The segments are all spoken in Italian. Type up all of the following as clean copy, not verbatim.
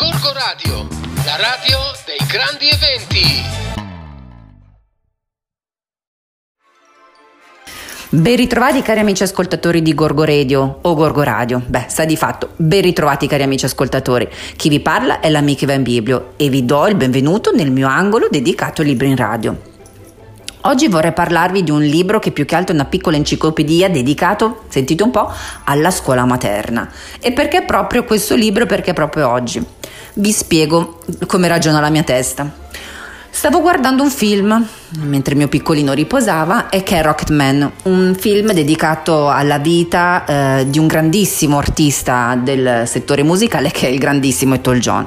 Gorgo Radio, la radio dei grandi eventi. Ben ritrovati cari amici ascoltatori di Gorgo Radio o Gorgo Radio. Sta di fatto, ben ritrovati cari amici ascoltatori. Chi vi parla è l'amica Eva in Biblio e vi do il benvenuto nel mio angolo dedicato ai libri in radio. Oggi vorrei parlarvi di un libro che più che altro è una piccola enciclopedia dedicato, sentite un po', alla scuola materna. E perché proprio questo libro? Perché proprio oggi? Vi spiego come ragiona la mia testa. Stavo guardando un film mentre il mio piccolino riposava e che è Rocketman, un film dedicato alla vita di un grandissimo artista del settore musicale che è il grandissimo Elton John.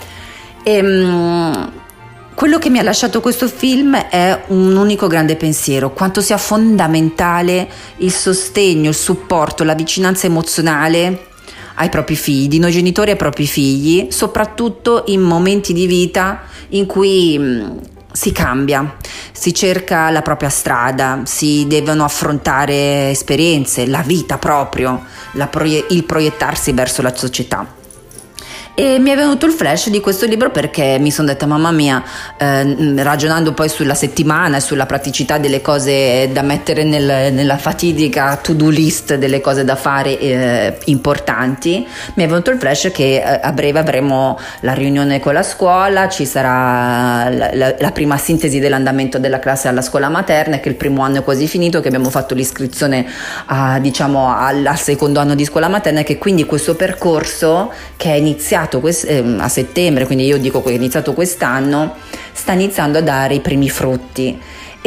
Quello che mi ha lasciato questo film è un unico grande pensiero: quanto sia fondamentale il sostegno, il supporto, la vicinanza emozionale ai propri figli, di noi genitori ai propri figli, soprattutto in momenti di vita in cui si cambia, si cerca la propria strada, si devono affrontare esperienze, la vita proprio, il proiettarsi verso la società. E mi è venuto il flash di questo libro perché mi sono detta, mamma mia, ragionando poi sulla settimana e sulla praticità delle cose da mettere nella fatidica to-do list delle cose da fare importanti, mi è venuto il flash che a breve avremo la riunione con la scuola, ci sarà la prima sintesi dell'andamento della classe alla scuola materna, che il primo anno è quasi finito, che abbiamo fatto l'iscrizione al secondo anno di scuola materna, e che quindi questo percorso che è iniziato a settembre, quindi io dico che è iniziato quest'anno, sta iniziando a dare i primi frutti.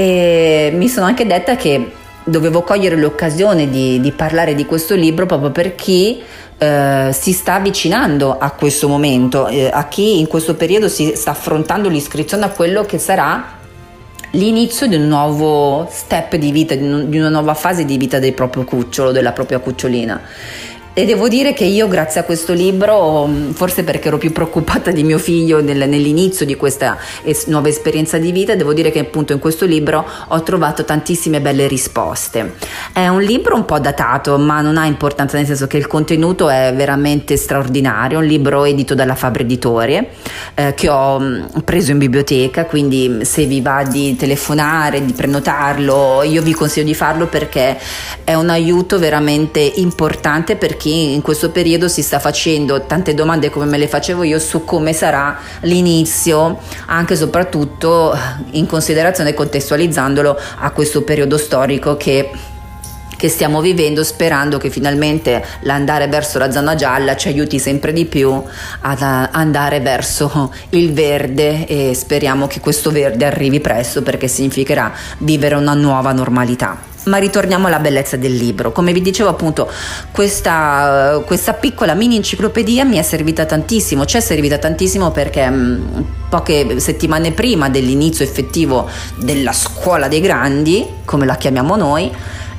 E mi sono anche detta che dovevo cogliere l'occasione di parlare di questo libro proprio per chi si sta avvicinando a questo momento, a chi in questo periodo si sta affrontando l'iscrizione a quello che sarà l'inizio di un nuovo step di vita, di una nuova fase di vita del proprio cucciolo, della propria cucciolina. E devo dire che io, grazie a questo libro, forse perché ero più preoccupata di mio figlio nell'inizio di questa nuova esperienza di vita, devo dire che appunto in questo libro ho trovato tantissime belle risposte. È un libro un po' datato, ma non ha importanza, nel senso che il contenuto è veramente straordinario. Un libro edito dalla Faber Editore, che ho preso in biblioteca, quindi se vi va di telefonare, di prenotarlo, io vi consiglio di farlo perché è un aiuto veramente importante per chi in questo periodo si sta facendo tante domande come me le facevo io su come sarà l'inizio, anche e soprattutto in considerazione, contestualizzandolo a questo periodo storico che stiamo vivendo, sperando che finalmente l'andare verso la zona gialla ci aiuti sempre di più ad andare verso il verde, e speriamo che questo verde arrivi presto, perché significherà vivere una nuova normalità. Ma ritorniamo alla bellezza del libro. Come vi dicevo, appunto, questa piccola mini enciclopedia mi è servita tantissimo, ci è servita tantissimo perché poche settimane prima dell'inizio effettivo della scuola dei grandi, come la chiamiamo noi,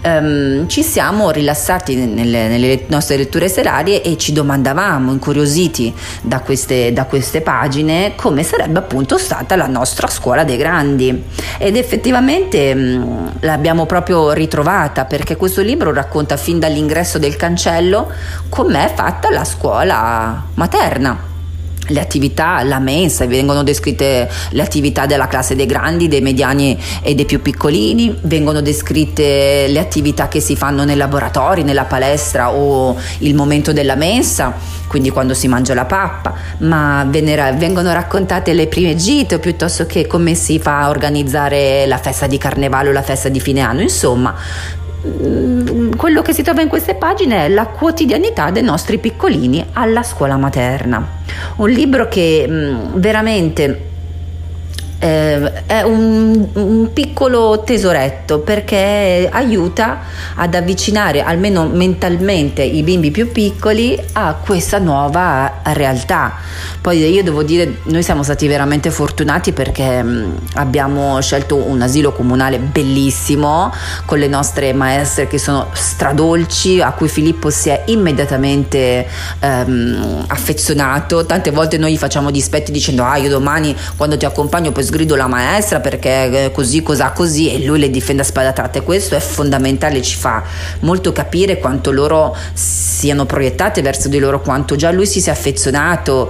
ci siamo rilassati nelle nostre letture serali e ci domandavamo, incuriositi da queste pagine, come sarebbe appunto stata la nostra scuola dei grandi. Ed effettivamente l'abbiamo proprio ritrovata, perché questo libro racconta fin dall'ingresso del cancello com'è fatta la scuola materna. Le attività, la mensa, vengono descritte le attività della classe dei grandi, dei mediani e dei più piccolini, vengono descritte le attività che si fanno nei laboratori, nella palestra o il momento della mensa, quindi quando si mangia la pappa, ma vengono raccontate le prime gite, o piuttosto che come si fa a organizzare la festa di carnevale o la festa di fine anno. Insomma, quello che si trova in queste pagine è la quotidianità dei nostri piccolini alla scuola materna. Un libro che veramente è un piccolo tesoretto, perché aiuta ad avvicinare almeno mentalmente i bimbi più piccoli a questa nuova realtà. Poi io devo dire, noi siamo stati veramente fortunati perché abbiamo scelto un asilo comunale bellissimo con le nostre maestre che sono stradolci, a cui Filippo si è immediatamente affezionato. Tante volte noi gli facciamo dispetti dicendo io domani quando ti accompagno poi sgrido la maestra perché così così, e lui le difende a spada tratta, e questo è fondamentale, ci fa molto capire quanto loro siano proiettate verso di loro, quanto già lui si sia affezionato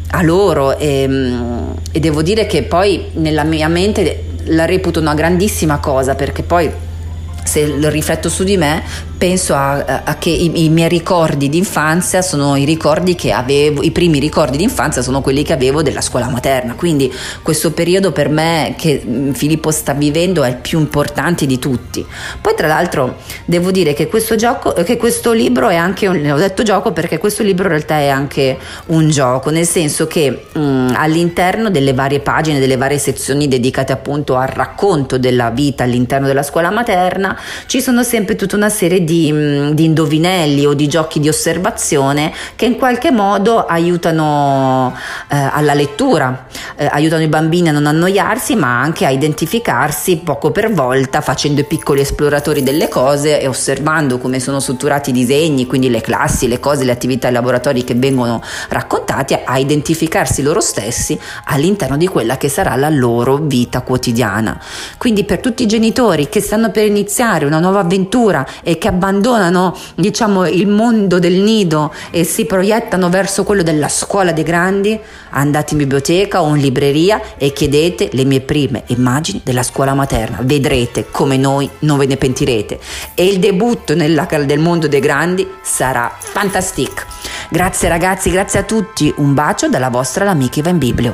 a loro e devo dire che poi nella mia mente la reputo una grandissima cosa, perché poi se lo rifletto su di me penso a che i miei ricordi di infanzia sono i ricordi che avevo, i primi ricordi di infanzia sono quelli che avevo della scuola materna, quindi questo periodo per me che Filippo sta vivendo è il più importante di tutti. Poi tra l'altro devo dire che questo libro è anche ho detto gioco perché questo libro in realtà è anche un gioco, nel senso che all'interno delle varie pagine, delle varie sezioni dedicate appunto al racconto della vita all'interno della scuola materna, ci sono sempre tutta una serie di indovinelli o di giochi di osservazione che in qualche modo aiutano alla lettura, aiutano i bambini a non annoiarsi, ma anche a identificarsi poco per volta, facendo i piccoli esploratori delle cose e osservando come sono strutturati i disegni, quindi le classi, le cose, le attività, i laboratori che vengono raccontati, a identificarsi loro stessi all'interno di quella che sarà la loro vita quotidiana. Quindi per tutti i genitori che stanno per iniziare una nuova avventura e che abbandonano, diciamo, il mondo del nido e si proiettano verso quello della scuola dei grandi, andate in biblioteca o in libreria e chiedete le mie prime immagini della scuola materna, vedrete come noi non ve ne pentirete e il debutto del mondo dei grandi sarà fantastico. Grazie ragazzi, grazie a tutti, un bacio dalla vostra l'amica Iva in Biblio.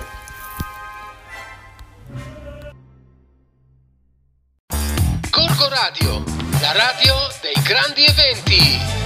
Gorgo Radio, la radio dei grandi eventi.